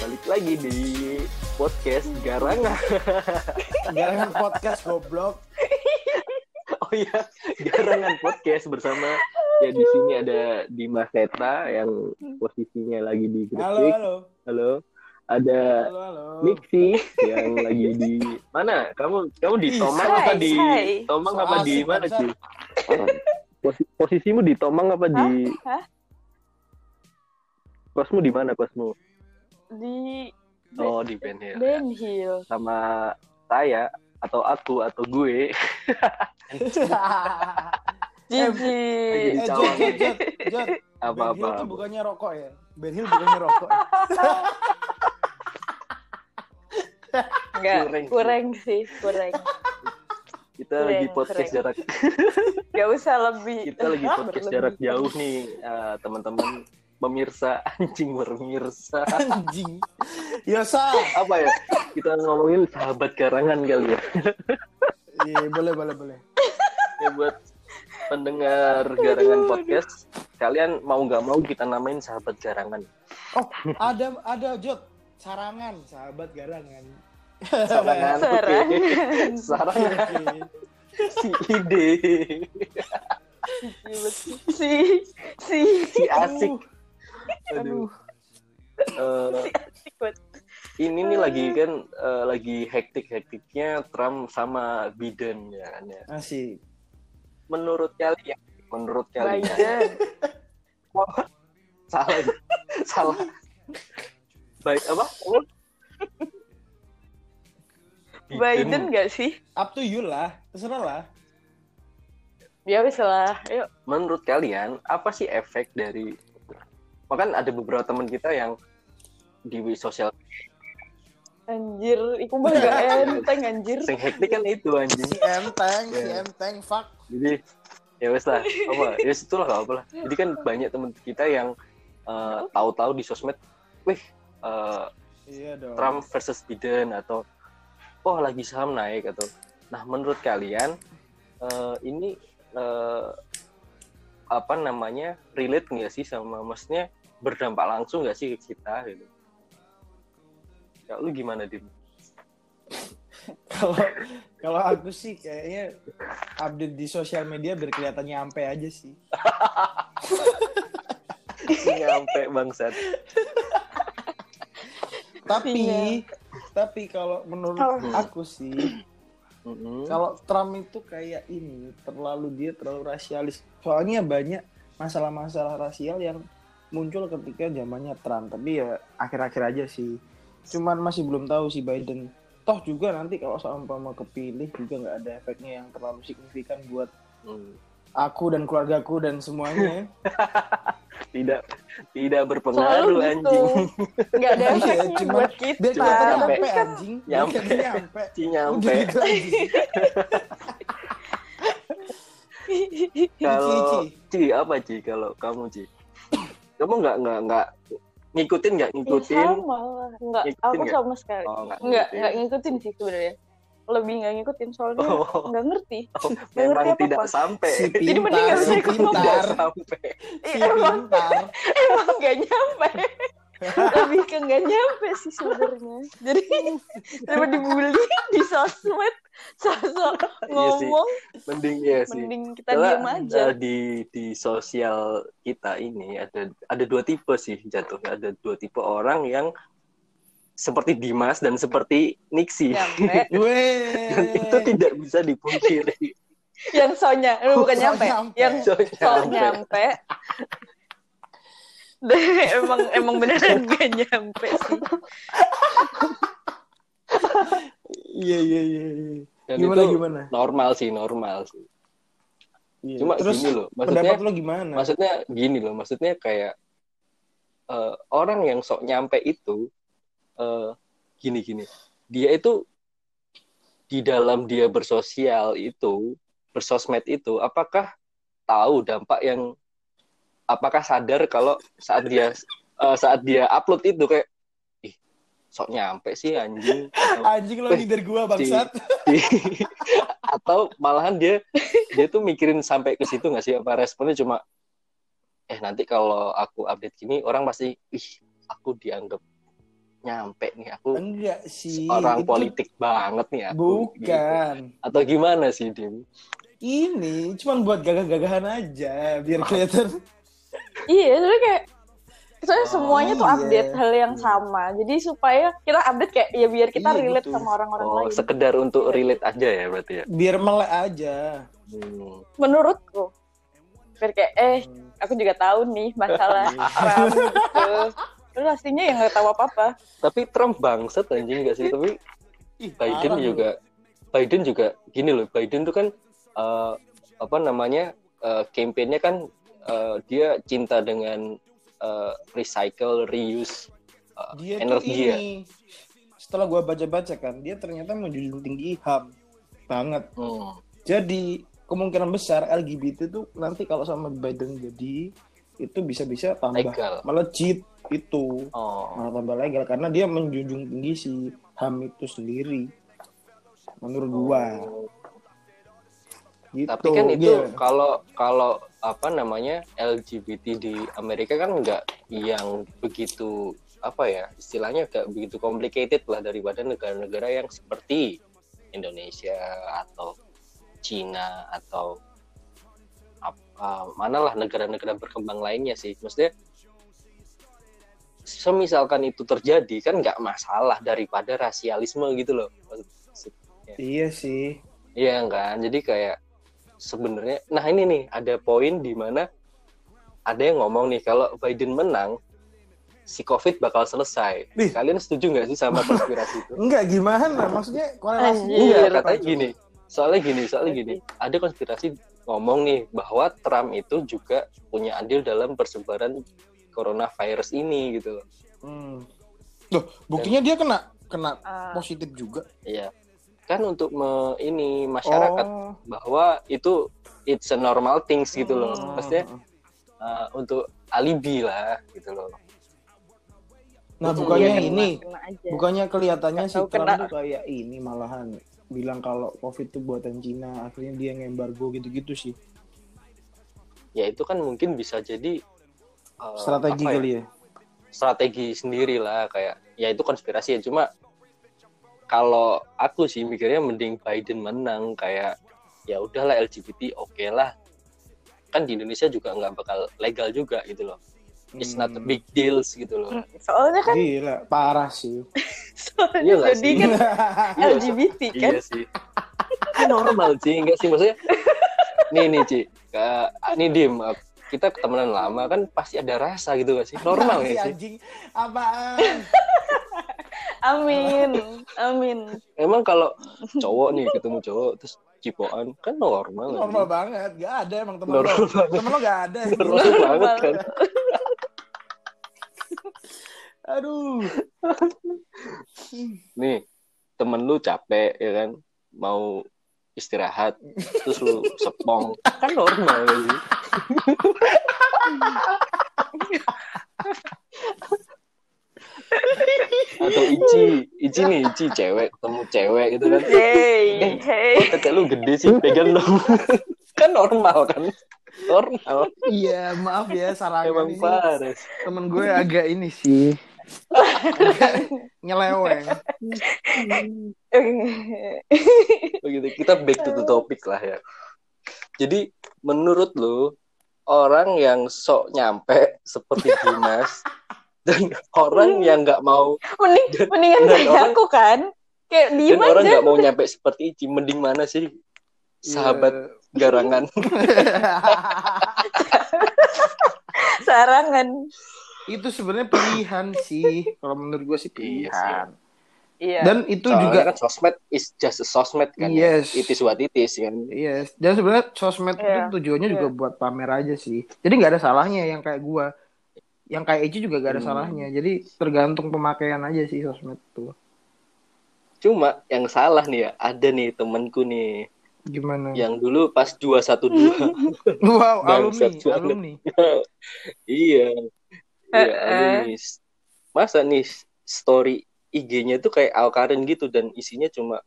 balik lagi di podcast Garangan. Garangan podcast goblok. Oh iya, Garangan podcast bersama ya di sini ada Dimas Netra yang posisinya lagi di Gresik. Halo. Ada Nixi yang lagi di mana? Kamu di Tomang apa di Tomang apa di mana sih? Posisimu di Tomang apa di? Kosmu di mana kosmu? Di Ben Hill. Ben Hill. Sama saya atau aku atau gue. Jiji. Jod. Apa-apa. Ben Hill tuh bukannya rokok ya? Ben Hill bukannya rokok. Enggak, kurang sih. Kita lagi podcast jarak. Gak usah lebih. Kita lagi podcast jarak jauh nih, teman-teman pemirsa anjing. Ya sah. Apa ya? Kita ngomongin sahabat Garangan kali ya. Iya, boleh. Ya buat pendengar Garangan podcast, kalian mau nggak mau kita namain sahabat Garangan. Oh, ada Jod. Sarangan, sahabat Garangan. Sarangan. Si ide. Si asik. Aduh. Ini nih lagi hektiknya Trump sama Biden ya kan ya. Asik. Menurut kalian. Biden. Salah. Baik apa? Biden nggak sih? Up to you lah, terserah lah. Ya wis lah, yuk. Menurut kalian apa sih efek dari? Bahkan ada beberapa teman kita yang di sosial. Anjir, iku mah gak enteng anjir. Sing hektik kan itu anjing. Si enteng, fuck. Jadi ya wes lah, apa? Ya itulah gak apa lah. Jadi kan banyak teman kita yang tahu-tahu di sosmed, Iya dong. Trump versus Biden atau lagi saham naik atau. Nah, menurut kalian ini relate nggak sih sama, maksudnya berdampak langsung nggak sih ke kita gitu? Ya lu gimana, Dim? Kalau aku sih kayaknya update di sosial media biar kelihatan nyampe aja sih. Nyampe bangsat. Tapi kalau menurut aku sih, kalau Trump itu kayak ini terlalu rasialis. Soalnya banyak masalah-masalah rasial yang muncul ketika zamannya Trump. Tapi ya akhir-akhir aja sih. Cuman masih belum tahu si Biden. Toh juga nanti kalau seumpama kepilih juga nggak ada efeknya yang terlalu signifikan buat aku dan keluargaku dan semuanya. Tidak berpengaruh gitu. Anjing. Nggak ada efeknya buat kita. Biar kelihatan nyampe anjing. Nyampe. Kalau Ci kalau kamu Ci? Kamu nggak ngikutin? Sama. Nggak, aku sama sekali. Nggak ngikutin sih sebenarnya. Lebih nggak ngikutin soalnya nggak ngerti. Memang ngerti tidak sampai. Jadi mending nggak usah ikut pintar. Emang nggak nyampe. Lebih ke nggak nyampe sih sebenarnya. Jadi daripada dibully di sosmed, sosok ngomong. Mending kita diam aja. Di sosial kita ini ada dua tipe sih jatuhnya. Ada dua tipe orang yang seperti Dimas dan seperti Nixi. Dan itu tidak bisa dipungkiri. Yang sonya, bukan nyampe. Yang so nyampe. emang beneran gak nyampe sih. Iya. Dan Gimana? Normal sih. Iya. Cuma terus gini loh, pendapat lo gimana? Maksudnya kayak orang yang sok nyampe itu gini. Dia itu di dalam dia bersosmed itu, apakah tahu dampak yang, apakah sadar kalau saat dia upload itu kayak sok nyampe sih anjing. Anjing lo leader gua bangsat. Atau malahan dia tuh mikirin sampai ke situ nggak sih, apa responnya cuma nanti kalau aku update gini orang pasti aku dianggap nyampe nih aku. Enggak sih. Orang politik banget nih aku. Bukan. Gitu. Atau gimana sih, Dim? Ini cuma buat gagah-gagahan aja biar kelihatan. Iya, jadi kayak soalnya semuanya tuh update hal yang sama. Jadi supaya kita update kayak ya biar kita relate gitu. Sama orang-orang lain. Sekedar untuk relate aja ya berarti ya. Biar melek aja. Menurutku. Biar kayak aku juga tahu nih masalah Trump gitu. Terus aslinya ya nggak tahu apa-apa. Tapi Trump bangsat anjing nggak sih? Tapi Biden juga gini loh. Biden tuh kan campaign-nya kan dia cinta dengan recycle, reuse dia energi ya. Setelah gue baca-baca kan, dia ternyata menjunjung tinggi HAM banget. Jadi kemungkinan besar LGBT tuh nanti kalau sama Biden jadi itu bisa-bisa tambah legal. Melejit itu malah tambah legal karena dia menjunjung tinggi si HAM itu sendiri menurut gua. Gitu. Tapi kan itu kalau LGBT di Amerika kan nggak yang begitu istilahnya nggak begitu complicated lah daripada negara-negara yang seperti Indonesia atau Cina atau manalah negara-negara berkembang lainnya sih. Maksudnya semisalkan itu terjadi kan nggak masalah daripada rasialisme gitu loh. Iya sih. Iya kan, jadi kayak sebenarnya, nah ini nih ada poin di mana ada yang ngomong nih kalau Biden menang si COVID bakal selesai. Kalian setuju nggak sih sama konspirasi itu? Enggak, gimana? Maksudnya korelasinya? Iya, katanya gini. Soalnya gini. Ada konspirasi ngomong nih bahwa Trump itu juga punya andil dalam persebaran coronavirus ini gitu. Loh, buktinya dia kena positif juga. Iya. Kan untuk masyarakat bahwa itu it's a normal things gitu loh. Maksudnya untuk alibi lah gitu loh. Nah, bukannya kelihatannya si Trump tuh kayak ini malahan bilang kalau COVID itu buatan Cina, akhirnya dia ngembargo gitu-gitu sih. Ya itu kan mungkin bisa jadi strategi kali ya. Strategi sendiri lah kayak ya itu konspirasi ya, cuma kalau aku sih mikirnya mending Biden menang, kayak ya udahlah LGBT oke lah. Kan di Indonesia juga nggak bakal legal juga gitu loh. It's not a big deal gitu loh. Soalnya kan gila, parah sih. Soalnya jadi kan LGBT kan. Iya sih. Kan normal sih, enggak sih maksudnya. Nih Ci. Nih Dim, kita temenan lama kan pasti ada rasa gitu gak sih? Normal ya sih? Anjing, apaan? Amin. Emang kalau cowok nih ketemu cowok terus cipokan kan normal. Normal banget, gak ada emang temen lo gak ada. Normal banget kan. Aduh. Nih, temen lu capek ya kan, mau istirahat terus lu sepong kan normal sih. Atau Ici cewek ketemu cewek gitu kan. Tete lu gede sih, pegang dong. Kan normal kan. Normal. Iya, maaf ya sarannya. Emang parah. Temen gue agak ini sih. Nyeleweng. Begitu. Kita back to the topic lah ya. Jadi menurut lu orang yang sok nyampe seperti Dimas dan orang yang nggak mau mendingan kayak aku kan kayak diem dan aja. Orang nggak mau nyampe seperti Ici, mending mana sih sahabat garangan? Sarangan itu sebenarnya pilihan sih, kalau menurut gue sih pilihan. Iya. Dan itu soalnya juga kan sosmed is just a sosmed kan. Yes. It is what it is kan. Yes. Dan sebenarnya sosmed itu tujuannya juga buat pamer aja sih. Jadi nggak ada salahnya yang kayak gue. Yang kayak Ici juga gak ada salahnya. Jadi tergantung pemakaian aja sih sosmed tuh. Cuma yang salah nih ya, ada nih temanku nih. Gimana? Yang dulu pas 212. Wow, alumni. Iya, alumni. Masa nih story IG-nya tuh kayak Al-Karin gitu dan isinya cuma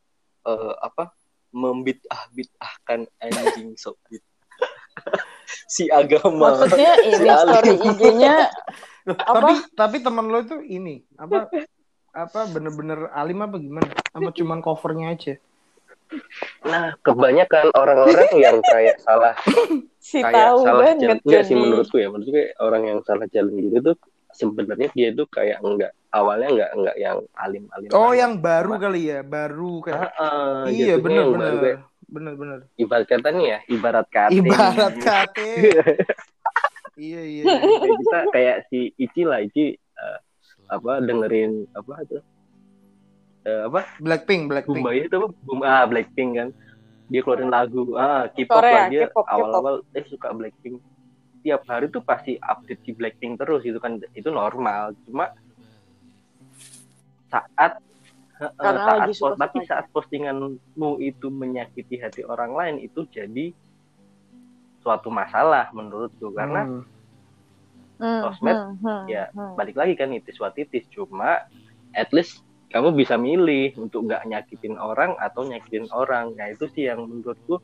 membid'ahkan anjing sok gitu. Si agama. Maksudnya ini story IG-nya tapi teman lo itu ini apa bener-bener alim apa gimana? Apa cuman covernya aja? Nah, kebanyakan orang-orang yang kayak salah jalan. Enggak sih menurutku orang yang salah jalan gitu tuh sebenarnya dia tuh kayak awalnya enggak yang alim-alim. Oh, yang baru kali ya, baru kayak. Iya, bener. Ibarat kata nih ya, ibarat kate. Iya. Kita kayak si Ici dengerin apa itu? Blackpink. Bumbai itu Blackpink kan. Dia keluarin lagu K-pop lah dia awal-awal suka Blackpink. Tiap hari tuh pasti update si Blackpink terus itu kan, itu normal. Cuma saat postinganmu itu menyakiti hati orang lain itu jadi suatu masalah menurutku karena sosmed balik lagi kan itis watitis, cuma at least kamu bisa milih untuk nggak nyakitin orang atau nyakitin orang. Nah itu sih yang menurutku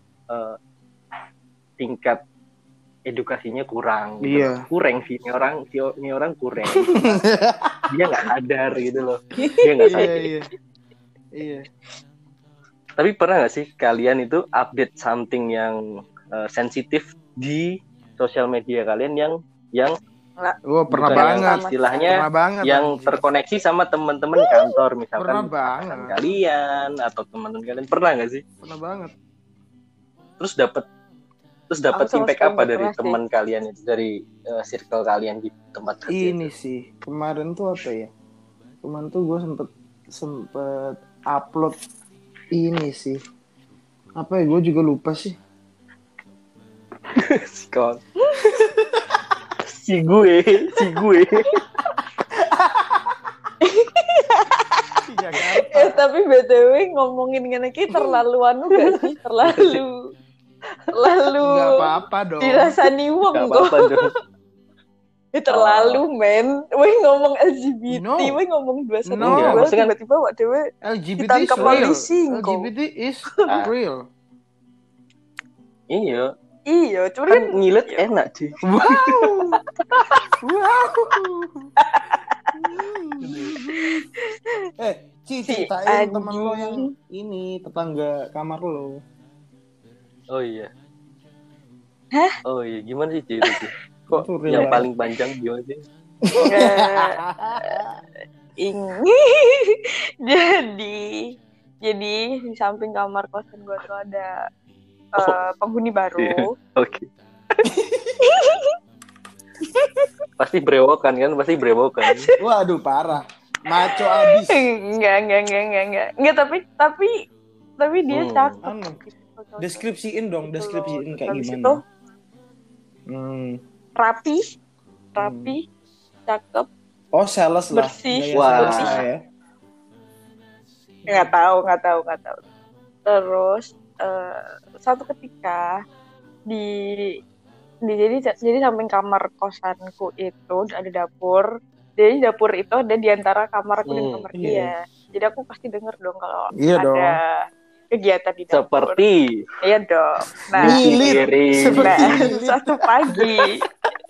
tingkat edukasinya kurang. Iya. Kurang sih ini orang kurang. Dia nggak sadar gitu loh. Dia nggak sadar. Iya. Tapi pernah nggak sih kalian itu update something yang sensitif di sosial media kalian yang pernah banget istilahnya yang terkoneksi sama teman-teman kantor misalkan kalian atau teman-teman kalian, pernah nggak sih? Pernah banget. Terus dapat impact apa dari teman kalian itu, dari circle kalian di tempat kerja? Ini sih kemarin tuh apa ya? Kemarin tuh gue sempet upload ini sih. Apa ya? Gue juga lupa sih. Si gue. Tapi BTW ngomongin ngene-iki terlalu gak sih? Terlalu Enggak apa-apa dong. Dirasani wong kok. Terlalu men. Weh ngomong LGBT, weh ngomong 21 tiba-tiba wak dhewe LGBT ditangkap polisi. LGBT is real. Iya, cuma kan ngilet enak sih. Wow. Ceritain teman lo yang ini, tetangga kamar lo. Oh iya. Hah? Oh iya, gimana sih ceritanya? Kok yang paling panjang gimana sih? Jadi di samping kamar kosan gue tuh ada penghuni baru. Iya. Oke. Pasti brewokan. Waduh, parah. Maco abis. Enggak, tapi dia cakep. Deskripsiin kayak gimana. Rapi, cakep. Oh, sales lah. Bersih. Wah. Ya. Nggak tahu. Terus satu ketika jadi samping kamar kosanku itu ada dapur. Jadi dapur itu ada di antara kamar aku dan kamar dia. Jadi aku pasti denger dong kalau ada kegiatan di dapur. Seperti. Iya dong. Nah, satu pagi.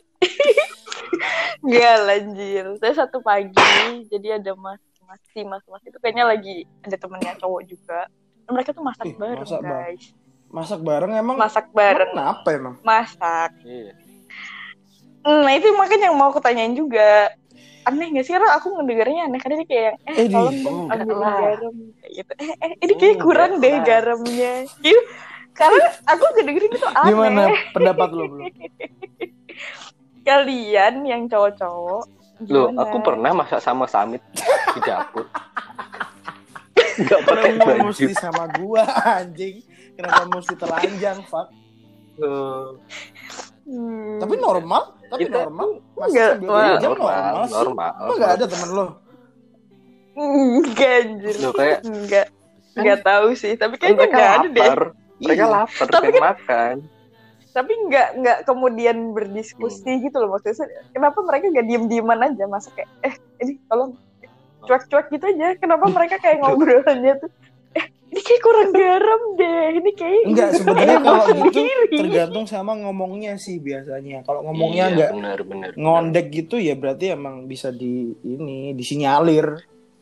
Nggak lanjir. Saya satu pagi, jadi ada mas itu kayaknya lagi ada temennya cowok juga. Mereka tuh masak bareng, guys. Masak bareng emang? Masak bareng. Kenapa emang? Masak. Iya. Nah itu makanya yang mau aku tanyain juga. Aneh gak sih? Karena aku ngedengarnya aneh. Karena dia kayak tolong dong ambil garam kayak gitu. Ini kayak kurang deh garamnya. Karena aku ngedengerin itu aneh. Gimana pendapat lo belum? Kalian yang cowok-cowok Loh, aku pernah masak sama Samit di dapur. Gak pakai baju. Mesti sama gua anjing. Kenapa mesti telanjang, fuck? Tapi normal. Masak normal. Enggak ada temen lo? Enggak anjir. Loh, kayak enggak tahu sih, tapi kayaknya enggak ada deh. Mereka lapar, pengen makan. Tapi nggak kemudian berdiskusi gitu loh, maksudnya kenapa mereka nggak diem-dieman aja masa kayak ini tolong cuek-cuek gitu aja, kenapa mereka kayak ngobrolannya tuh ini kayak kurang garam deh, ini kayak enggak, sebenarnya kalau gitu tergantung sama ngomongnya sih biasanya. Kalau ngomongnya nggak bener. ngondek gitu ya berarti emang bisa disinyalir.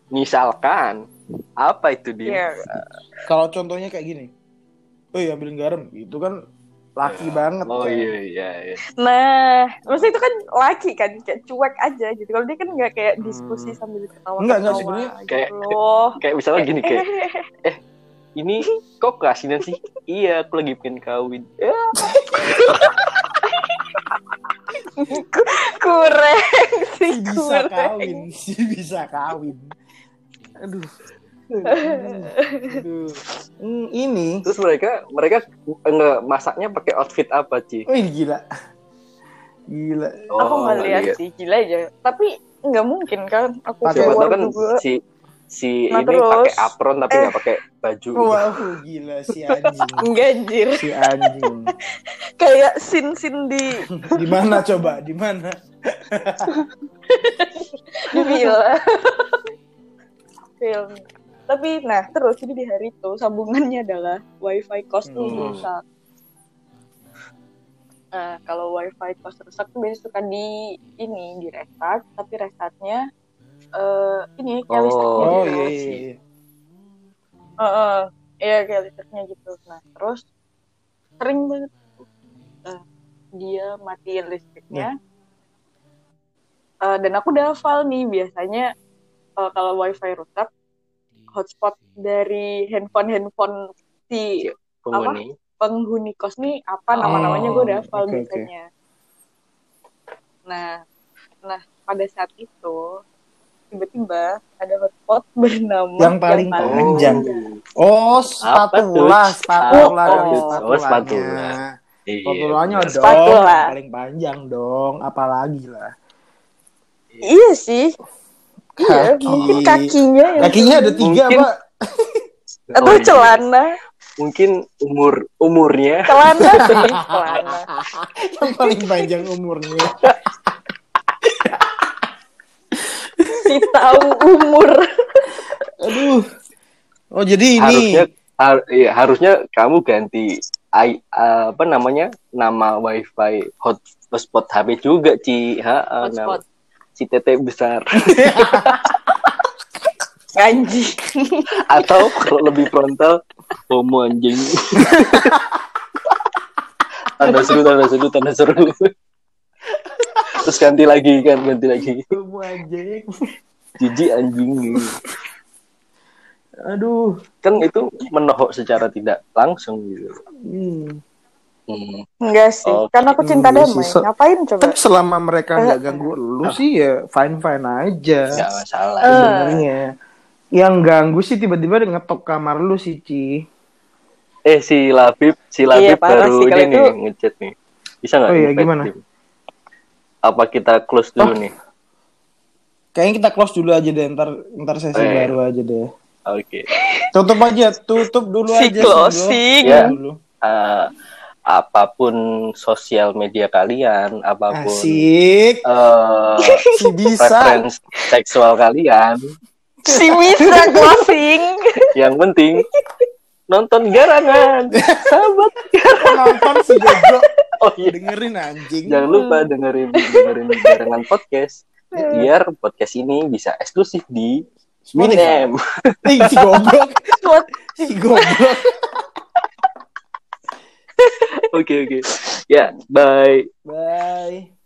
Misalkan apa itu dia? Kalau contohnya kayak gini. Ambilin garam. Itu kan laki banget kan. Iya. Nah, maksudnya itu kan laki kan, kayak cuek aja gitu. Kalau dia kan nggak kayak diskusi sambil ketawa. Enggak sebenarnya kayak misalnya gini kayak ini kok keasinan sih? Iya, aku lagi pengen kawin. Kurang sih, bisa kawin. Aduh. Ini. Terus mereka enggak masaknya pakai outfit apa, Ci? Gila. Aku nggak lihat sih, gila aja. Tapi nggak mungkin kan? Aku siapa tahu kan si ini pakai apron tapi nggak pakai baju. Wow, gila si anjing. Enggak anjir. Si anjing. Kayak sin di mana coba? Di mana? Di film. Tapi terus jadi di hari itu sambungannya adalah wifi kos tuh rusak. Nah, kalau wifi kos rusak tuh biasanya suka di restart, tapi restartnya ini kayak listriknya iya kayak listriknya gitu. Nah terus sering banget dia matiin listriknya dan aku udah hafal nih biasanya kalau wifi rusak hotspot dari handphone si penghuni kos nih apa nama-namanya gue udah hafal biasanya. Nah pada saat itu tiba-tiba ada hotspot bernama yang paling panjang. Spatula. Spatulanya dong paling panjang dong, apalagi lah. Iya sih. Iya, mungkin kakinya ada 3, Pak. Atau celana. Mungkin umurnya. Celana sih, celana. Yang paling panjang umurnya. Si tahu umur. Aduh. Oh, jadi ini harusnya kamu ganti nama wifi hotspot HP juga, Ci. Hotspot. Si tete besar. Anjing. Atau kalau lebih frontal, homo anjing. Tanda seru. Terus ganti lagi. Homo anjing. Jijik anjing. Aduh. Kan itu menohok secara tidak langsung gitu. Enggak sih, karena aku cinta damai. Ngapain coba? Kan selama mereka nggak ganggu lu sih ya fine aja. Nggak masalah. Sebenarnya. Yang ganggu sih tiba-tiba ngetok kamar lu sih, Ci. Si Labib baru ini nih ngechat nih. Bisa nggak? Gimana? Apa kita close dulu nih? Kayaknya kita close dulu aja deh, ntar sesi baru aja deh. Oke. Tutup dulu aja. Closing. Ya. Apapun sosial media kalian, apapun preference seksual kalian, bisa closing. Yang penting nonton garangan, sahabat. Nonton si goblok. Dengerin anjing. Jangan lupa dengerin garangan podcast. Biar podcast ini bisa eksklusif di Winem. Si goblok. Oke. Ya, bye.